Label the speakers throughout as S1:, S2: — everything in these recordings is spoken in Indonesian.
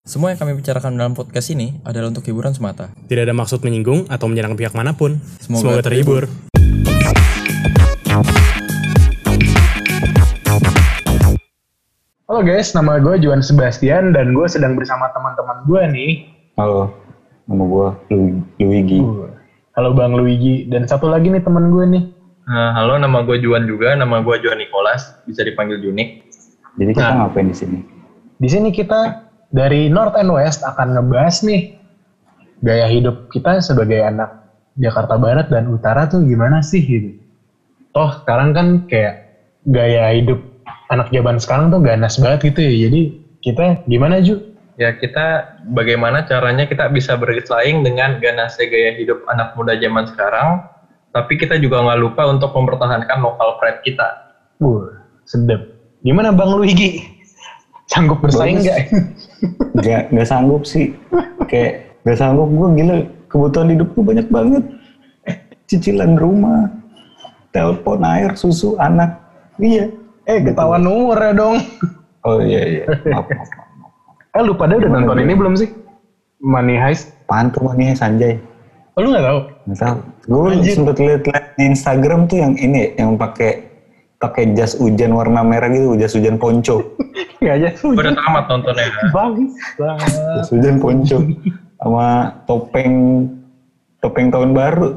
S1: Semua yang kami bicarakan dalam podcast ini adalah untuk hiburan semata.
S2: Tidak ada maksud menyinggung atau menyerang pihak manapun.
S1: Semoga
S2: terhibur.
S3: Halo guys, nama gue Juan Sebastian dan gue sedang bersama teman-teman gue nih.
S4: Halo, nama gue Luigi.
S3: Halo Bang Luigi, dan satu lagi nih teman gue nih.
S5: Halo, nama gue Juan juga, nama gue Juan Nicholas, bisa dipanggil Junik.
S4: Jadi kita ngapain di sini?
S3: Di sini kita dari North and West akan ngebahas nih gaya hidup kita sebagai anak Jakarta Barat dan Utara tuh gimana sih gitu. Toh sekarang kan kayak gaya hidup anak zaman sekarang tuh ganas banget gitu ya. Jadi kita gimana Ju?
S5: Ya, kita bagaimana caranya kita bisa bersaing dengan ganasnya gaya hidup anak muda zaman sekarang, tapi kita juga nggak lupa untuk mempertahankan lokal pride kita.
S3: Sedap. Gimana Bang Luigi? Sanggup bersaing nggak?
S4: Nggak sanggup sih. Kayak nggak sanggup, gue gila. Kebutuhan hidup gue banyak banget. Cicilan rumah, telepon, air, susu, anak. Iya.
S3: Ketahuan umur ya dong.
S4: Oh iya. Maaf.
S3: Lu pada udah nonton ini belum sih? Money Heist?
S4: Apaan tuh Money Heist, Sanjay?
S3: Oh, lu nggak tahu?
S4: Nggak tahu. Gue sempet liat di Instagram tuh yang ini, yang pakai jas hujan warna merah gitu, jas hujan ponco.
S3: Nggak aja.
S5: Udah tamat nontonnya.
S3: Bagus banget.
S4: Jas hujan ponco sama topeng tahun baru.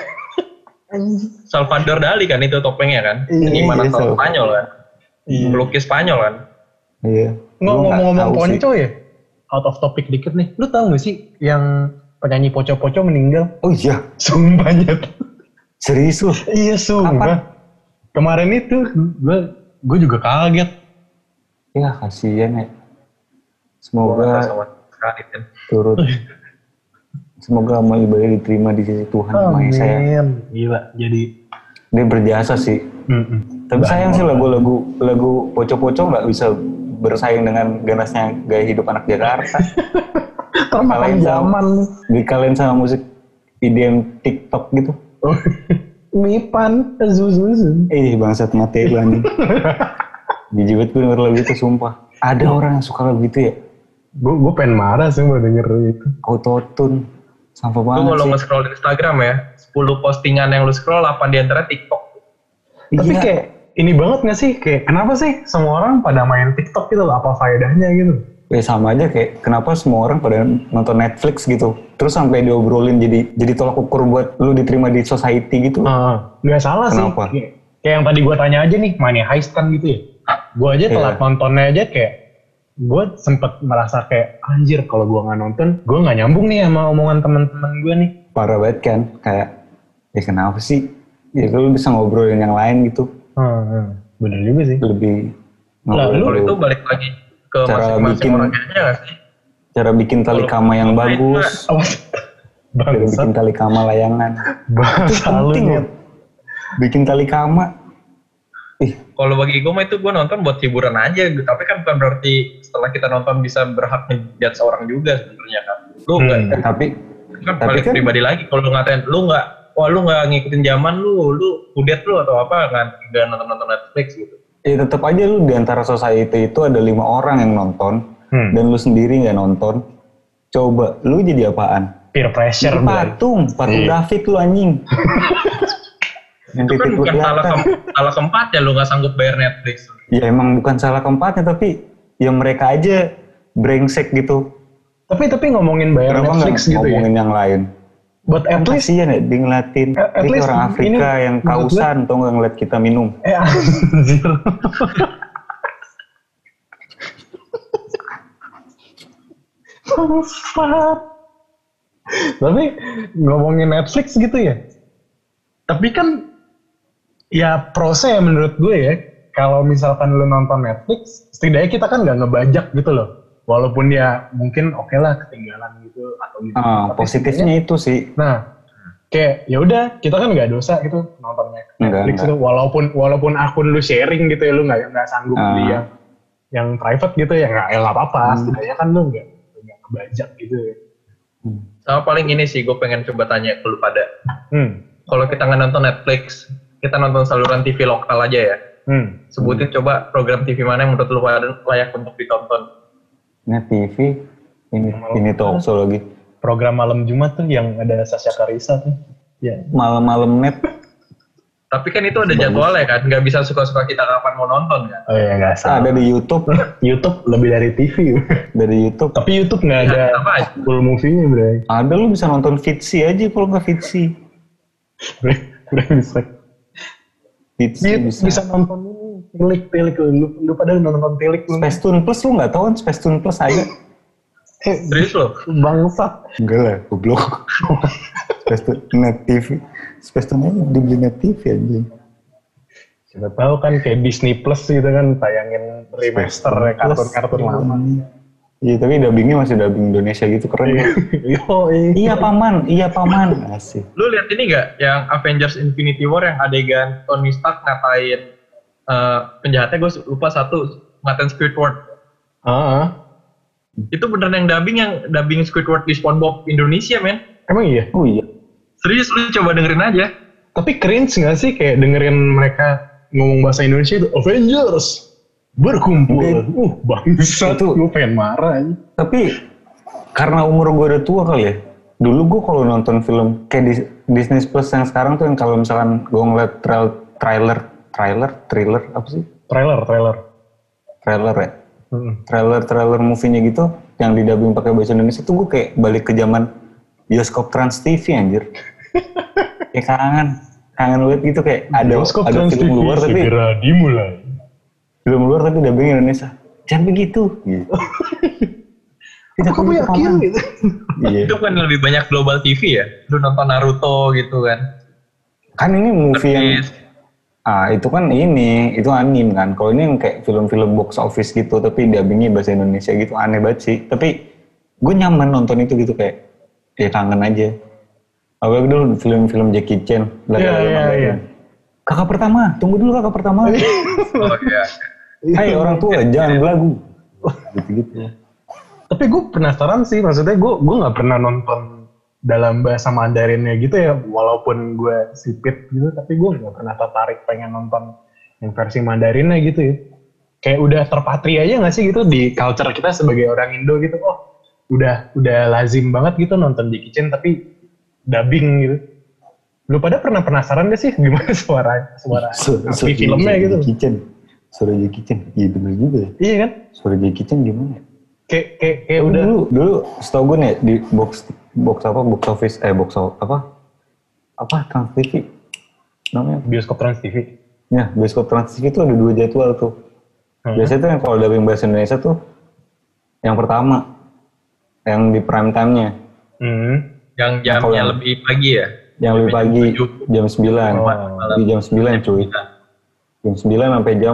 S5: Salvador Dali kan itu topengnya kan? Gimana
S4: iya,
S5: Spanyol kan? Pelukis Spanyol kan?
S4: Iya.
S3: Ngomong ponco ya? Out of topic dikit nih. Lu tahu nggak sih yang penyanyi Poco-Poco meninggal?
S4: Oh iya.
S3: Sumpah nyet.
S4: Serius lu?
S3: Iya sumpah. Kemarin itu gue juga kaget.
S4: Ya kasihan ya. Semoga turut. Semoga amal ibadah diterima di sisi Tuhan Yang Maha Esa.
S3: Amin. Gila. Jadi
S4: dia berjasa sih. Tapi sayang sih lagu Poco-Poco nggak bisa bersaing dengan ganasnya gaya hidup anak Jakarta.
S3: termakan zaman.
S4: Dikalahin sama musik IDM TikTok gitu.
S3: Mipan, Zuzuzu.
S4: Bangsat mati lu anjing. Jijik banget gue denger lagu itu sumpah. Ada orang yang suka lagu itu ya?
S3: Gue pengen marah sumpah denger itu.
S4: Autotune. Sampah
S5: Lu
S4: banget
S5: kalau
S4: sih.
S5: nge-scroll di Instagram ya, 10 postingan yang lu scroll, 8 diantara TikTok.
S3: Tapi kayak ini banget gak sih? Kayak kenapa sih semua orang pada main TikTok gitu? Apa faedahnya gitu?
S4: Ya sama aja kayak kenapa semua orang pada nonton Netflix gitu. Terus sampai diobrolin jadi tolak ukur buat lu diterima di society gitu.
S3: Gak salah
S4: kenapa?
S3: sih. Kayak yang tadi gue tanya aja nih, Money Heist kan gitu ya. Gue aja telat nontonnya aja kayak gue sempet merasa kayak anjir kalau gue nggak nonton, gue nggak nyambung nih sama omongan teman-teman gue nih.
S4: Parah banget kan, kayak ya kenapa sih? Ya lu bisa ngobrolin yang lain gitu.
S3: Bener juga sih.
S4: Lebih
S5: Kalau itu balik lagi ke masing-masing orang kayaknya gak sih?
S4: Cara bikin tali kama yang bagus. Cara bikin tali kama layangan. Itu penting loh. Bikin tali kama.
S5: Kalau bagi gue mah itu gue nonton buat hiburan aja, tapi kan bukan berarti setelah kita nonton bisa berhak ngejudge seorang juga sebenarnya kan. Lu enggak,
S4: tapi
S5: balik kan, pribadi lagi kalau lu ngatain lu nggak ngikutin zaman lu kudet lu atau apa kan nggak nonton Netflix gitu.
S4: Ya tetap aja lu di antara society itu ada 5 orang yang nonton dan lu sendiri nggak nonton. Coba lu jadi apaan?
S3: Peer pressure.
S4: Patung David lu anjing.
S5: Itu kan bukan salah keempatnya lu nggak sanggup bayar Netflix.
S4: Ya emang bukan salah keempatnya, tapi ya mereka aja brengsek gitu.
S3: Tapi ngomongin bayar Netflix gitu
S4: ngomongin yang lain.
S3: But at least
S4: kasihan ya dia ngeliatin dia orang Afrika yang kausan atau nggak ngeliat kita minum.
S3: Anjir. Tapi ngomongin Netflix gitu ya. Tapi kan ya prosesnya menurut gue ya, kalau misalkan lu nonton Netflix, setidaknya kita kan nggak ngebajak gitu loh. Walaupun ya mungkin oke lah ketinggalan gitu atau gitu.
S4: Positifnya itu sih.
S3: Nah, kayak ya udah kita kan nggak dosa gitu nonton Netflix itu. Walaupun akun lu sharing gitu ya, lu nggak sanggup beli yang private gitu ya nggak apa-apa. Setidaknya kan lu nggak ngebajak gitu ya.
S5: Sama paling ini sih gue pengen coba tanya ke lu pada. Kalau kita nggak nonton Netflix, kita nonton saluran TV lokal aja ya. Sebutin coba program TV mana yang menurut lu layak untuk ditonton.
S4: Net TV Ini talk show lagi.
S3: Program malam Jumat tuh yang ada Sasha Carissa tuh. Ya.
S4: Malam-malam net.
S5: Tapi kan itu ada jadwalnya kan, nggak bisa suka-suka kita kapan mau nonton kan.
S3: Oh iya nggak salah.
S4: Ada di YouTube.
S3: YouTube lebih dari TV.
S4: Dari YouTube.
S3: Tapi YouTube nggak ada
S5: apa aja.
S3: full movie-nya, Bray.
S4: Ada, lu bisa nonton Fitzy aja kalau nggak Fitzy.
S3: Bray bisa.
S4: Fitzy
S3: Bisa nonton ini. Tilik lu pada nonton Tilik lu.
S4: Space Tune Plus lu nggak tahu kan Space Tune Plus ada?
S5: Serius loh?
S3: Bangsat.
S4: Enggak lah, goblok. Space Tune Net TV. Space Tune aja dibeli Net TV aja.
S3: Siapa tahu kan kayak Disney Plus gitu kan tayangin remaster kartun-kartun lama.
S4: Iya, tapi dubbingnya masih dubbing Indonesia gitu, keren kan? Iya paman. Asik.
S5: Lu lihat ini nggak yang Avengers Infinity War yang adegan Tony Stark ngatain penjahatnya, gue lupa satu, ngatain Squidward. Itu beneran yang dubbing Squidward di SpongeBob Indonesia, men.
S3: Emang iya?
S4: Oh iya.
S5: Serius, lu coba dengerin aja.
S3: Tapi cringe nggak sih kayak dengerin mereka ngomong bahasa Indonesia itu Avengers berkumpul. Bangsat,
S4: Itu-
S3: gue pengen marah aja.
S4: Tapi karena umur gue udah tua kali ya. Dulu gue kalau nonton film kayak di Disney Plus yang sekarang tuh yang kalau misalkan gue ngeliat trailer apa sih? Trailer ya. Trailer movie-nya gitu yang didubbing pakai bahasa Indonesia tuh gue kayak balik ke zaman bioskop Trans TV anjir. Kayak kangen banget gitu, kayak ada film luar tapi
S3: segera dimulai.
S4: film luar tapi dubbing Indonesia. Jangan begitu. Gitu. Tidak
S3: Kamu yakin gitu?
S4: Iya.
S5: Itu kan lebih banyak global TV ya. Lu nonton Naruto gitu kan.
S4: Kan ini movie yang
S5: Terus,
S4: itu kan itu anime kan. Kalau ini yang kayak film-film box office gitu tapi dubbingnya bahasa Indonesia gitu, aneh banget sih. Tapi gue nyaman nonton itu gitu, kayak ya kangen aja. Apalagi dulu film-film Jackie Chan.
S3: Iya.
S4: Kakak pertama, tunggu dulu kakak pertama.
S5: oh iya.
S4: Hai orang tua, jangan belagu. Gitu-gitu.
S3: Tapi gue penasaran sih, maksudnya gue nggak pernah nonton dalam bahasa Mandarinnya gitu ya, walaupun gue sipit gitu, tapi gue nggak pernah tertarik pengen nonton yang versi Mandarinnya gitu ya. Kayak udah terpatri aja nggak sih gitu di culture kita sebagai orang Indo gitu. Oh, udah lazim banget gitu nonton Jackie Chan tapi dubbing gitu. Lu pada pernah penasaran gak sih gimana suara asli filmnya gitu?
S4: Suara Jackie Chan, iya bener juga ya.
S3: Iya kan?
S4: Suara Jackie Chan gimana?
S3: Kayak udah
S4: Dulu setahu gue nih di box office Trans TV namanya.
S3: bioskop Trans TV.
S4: Ya, bioskop Trans TV itu ada 2 jadwal tuh. Biasanya tuh yang kalau dubbing bahasa Indonesia tuh yang pertama, yang di prime time-nya.
S5: Yang jamnya lebih pagi ya.
S4: Yang lebih pagi, jam 9. Di jam 9 cuy. Jam 9 sampai jam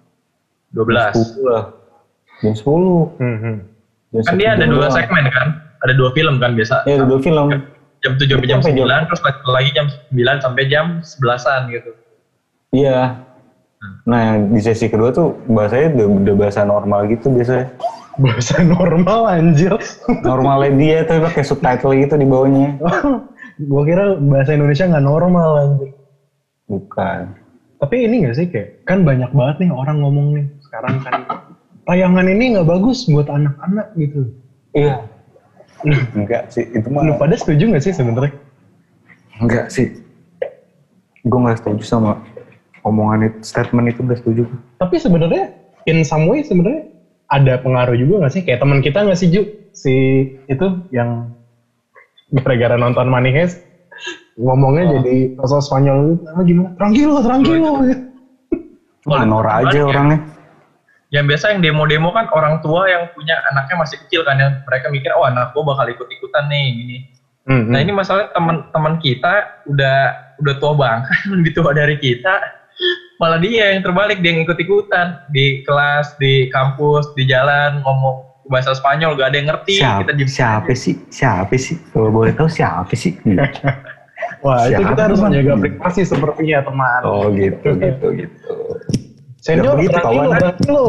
S5: 12.
S4: 10 lah. Jam 10. Jam
S5: Kan dia ada
S4: 10
S5: 2
S4: doang.
S5: segmen kan. Ada 2 film kan biasa.
S4: Iya, ada 2 film.
S5: Jam 7 sampai jam
S4: Sampai
S5: 9, terus lagi jam 9 sampai jam 11-an gitu.
S4: Iya. Nah, di sesi kedua tuh bahasanya udah bahasa normal gitu biasanya.
S3: Bahasa normal anjir.
S4: Normalnya dia tapi pakai subtitle gitu di bawahnya.
S3: Gua kira bahasa Indonesia nggak normal anjir.
S4: Bukan.
S3: Tapi ini nggak sih kayak kan banyak banget nih orang ngomong nih sekarang kan tayangan ini nggak bagus buat anak-anak gitu.
S4: Iya. Enggak sih, itu mah.
S3: Lu pada setuju nggak sih sebenarnya?
S4: Enggak sih. Gue nggak setuju sama omongan itu, statement itu nggak setuju.
S3: Tapi sebenarnya in some way sebenarnya ada pengaruh juga nggak sih? Kayak teman kita nggak sih Ju? Si itu yang gara-gara nonton Money Heist ngomongnya jadi sosok Spanyol gitu. Gimana? Tranquilo.
S4: Wah, Nora aja orangnya.
S5: Yang biasa yang demo-demo kan orang tua yang punya anaknya masih kecil kan, yang mereka mikir oh anak gua bakal ikut-ikutan nih gini. Nah ini masalahnya teman-teman kita udah tua banget, lebih tua dari kita, malah dia yang terbalik, dia yang ikut-ikutan di kelas, di kampus, di jalan ngomong bahasa Spanyol gak ada yang ngerti.
S4: Siapa sih? Kalau boleh tahu siapa sih?
S3: Wah itu
S4: Siapa
S3: kita harus
S4: teman?
S3: menjaga privasi sepertinya teman.
S4: Oh gitu.
S3: Senior
S4: begitu, kawan.
S3: tranquilo.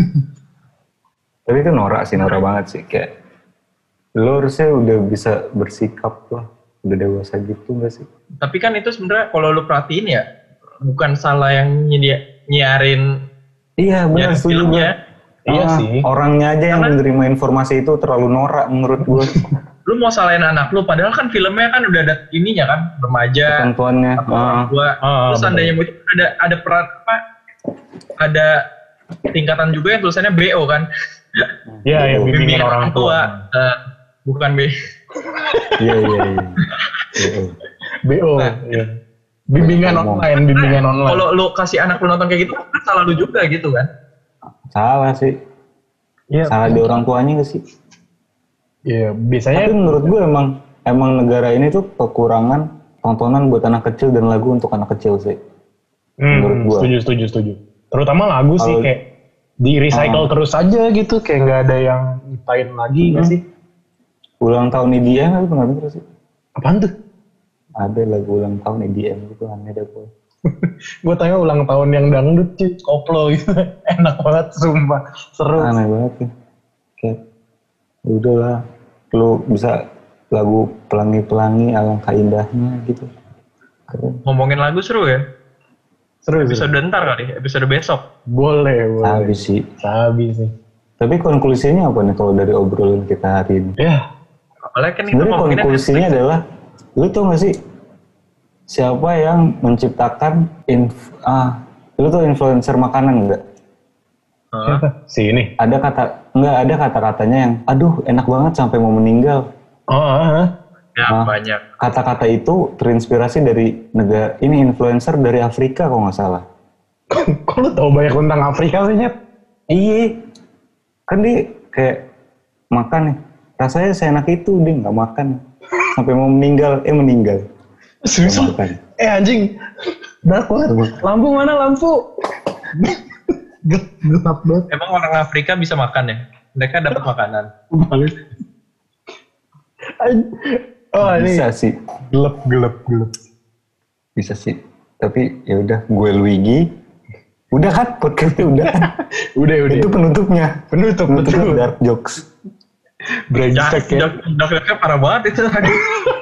S4: Tapi itu Nora banget sih, kayak lo harusnya udah bisa bersikap lah, udah dewasa gitu nggak sih?
S5: Tapi kan itu sebenarnya kalau lu perhatiin ya bukan salah yang nyiarin
S4: Iya benar, setuju
S5: filmnya.
S4: gue.
S3: Iya sih.
S4: Orangnya aja yang menerima informasi itu terlalu norak menurut gue.
S5: Lu mau salahin anak lu, padahal kan filmnya kan udah ada ininya kan, remaja,
S4: Ketentuannya.
S5: atau orang tua. Terus seandainya itu ada peran apa? Ada tingkatan juga yang tulisannya BO kan?
S3: Iya, bimbingan orang tua.
S5: Bukan B.
S4: Iya.
S3: BO.
S5: Nah,
S3: Iya. Bimbingan online.
S5: Kalau lu kasih anak lu nonton kayak gitu, kan salah lu juga gitu kan?
S4: Salah sih.
S3: Iya.
S4: Salah di orang tuanya gak sih?
S3: Iya, biasanya.
S4: Tapi menurut gue emang negara ini tuh kekurangan tontonan buat anak kecil dan lagu untuk anak kecil sih. Menurut gue.
S3: Setuju. Terutama lagu sih kayak di recycle terus aja gitu, kayak nggak ada yang nyiptain lagi nggak sih?
S4: Ulang tahun IDM lu pernah denger sih?
S3: Apaan tuh?
S4: Ada lagu ulang tahun IDM gitu, aneh deh gue.
S3: Gue tanya ulang tahun yang dangdut cuy, koplo gitu. Enak banget sumpah, seru.
S4: Aneh banget ya. Kayak udahlah, lu bisa lagu pelangi-pelangi alangkah indahnya gitu. Keren.
S5: Ngomongin lagu seru ya?
S3: Seru.
S5: Episode ntar kali, episode besok.
S3: Boleh.
S4: Habis sih. Tapi konklusinya apa nih kalau dari obrolan kita hari ini?
S3: Ya.
S5: Apalagi kan itu
S4: sebenarnya
S5: ngomonginnya
S4: konklusinya
S5: Netflix.
S4: adalah, lu tau gak sih siapa yang menciptakan lu tau influencer makanan enggak?
S3: Si ini.
S4: Ada kata-katanya yang aduh enak banget sampai mau meninggal.
S5: Ya, banyak.
S4: Kata-kata itu terinspirasi dari negara ini, influencer dari Afrika kalau nggak salah.
S3: Kok lu tau banyak tentang Afrika sih, Nyet?
S4: Iya, kan dia kayak makan nih, rasanya seenak itu, dia nggak makan sampai mau meninggal.
S3: Susah. Anjing, dark banget. Lampu mana lampu? Getap banget.
S5: Emang orang Afrika bisa makan ya? Mereka dapat makanan.
S3: Oh ini
S4: bisa sih,
S3: gelap.
S4: bisa sih. Tapi ya udah, gue Luigi. Udah kan podcastnya udah.
S3: udah.
S4: Itu penutupnya.
S3: Penutup.
S4: Dark jokes.
S3: Brengsek ya.
S5: Darknya parah banget itu tadi.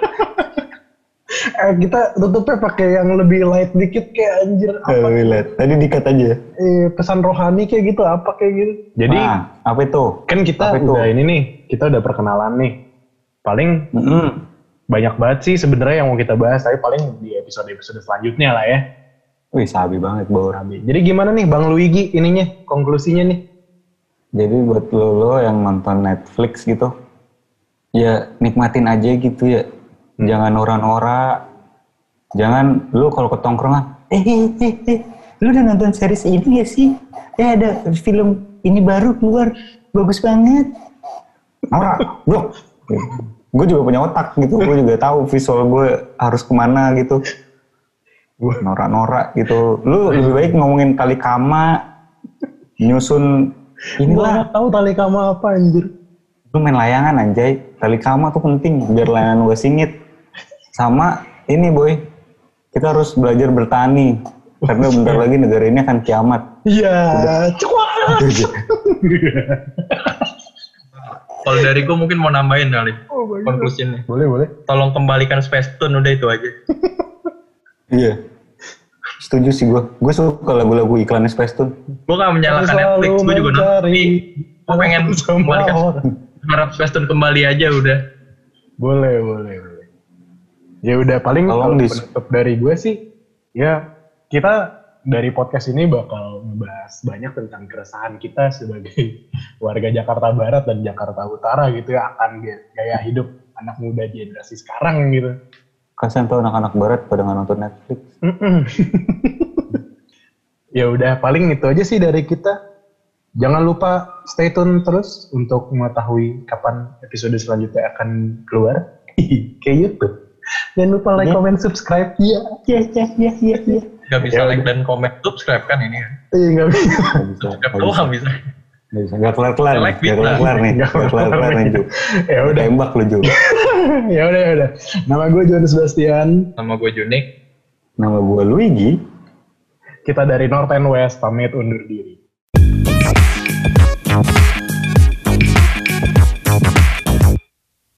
S3: Kita tutupnya pakai yang lebih light dikit kayak anjir.
S4: Lihat. Tadi dikat aja.
S3: Pesan rohani kayak gitu, apa kayak gitu. Jadi
S4: apa itu?
S3: kan kita udah ini nih, kita udah perkenalan nih. Paling banyak banget sih sebenarnya yang mau kita bahas, tapi paling di episode-episode selanjutnya lah ya.
S4: Wih, sabi banget Bor.
S3: Jadi gimana nih Bang Luigi ininya, konklusinya nih?
S4: Jadi buat lo yang nonton Netflix gitu, ya nikmatin aja gitu ya. Jangan norak-norak. Jangan lu kalau ke tongkrongan, lu udah nonton series ini gak sih? Ada film ini baru keluar, bagus banget. Norak, bro. Gue juga punya otak gitu, gue juga tahu visual gue harus kemana gitu. Norak-norak gitu. Lu lebih baik ngomongin tali kama, nyusun inilah.
S3: Gue tahu tali kama apa anjir.
S4: Lu main layangan anjay, tali kama tuh penting biar layangan gue singit. Sama ini boy, kita harus belajar bertani karena bentar lagi negara ini akan kiamat.
S3: Iya, cuak.
S5: Kalau dari gue mungkin mau nambahin kali konklusinya.
S3: Boleh.
S5: Tolong kembalikan Space Tune, udah itu aja.
S4: Iya, setuju sih gue. Gue suka lagu-lagu iklannya Space Tune.
S5: Gue gak menyalahkan Netflix, gue juga nonton. Gue pengen kembalikan, harap Space Tune kembali aja udah.
S3: Boleh. Ya udah paling kalau penutup dari gue sih, ya kita dari podcast ini bakal ngebahas banyak tentang keresahan kita sebagai warga Jakarta Barat dan Jakarta Utara gitu ya, akan gaya hidup anak muda generasi sekarang gitu.
S4: Kasian tuh anak-anak Barat pada nggak nonton Netflix.
S3: Ya udah paling itu aja sih dari kita. Jangan lupa stay tune terus untuk mengetahui kapan episode selanjutnya akan keluar. Kayak YouTube. Jangan lupa like, comment, subscribe. Iya.
S5: Gak bisa like dan comment, subscribe kan ini kan?
S3: Iya gak bisa.
S5: Subscribe doang bisa.
S4: Gak kelar-kelar nih.
S5: Like
S4: Gak kelar-kelar nih. Ju.
S3: Ya udah.
S4: Tembak lu Ju.
S3: Ya udah. Nama gue Johannes Sebastian.
S5: Nama gue Junik.
S4: Nama gue Luigi.
S3: Kita dari North and West pamit undur diri.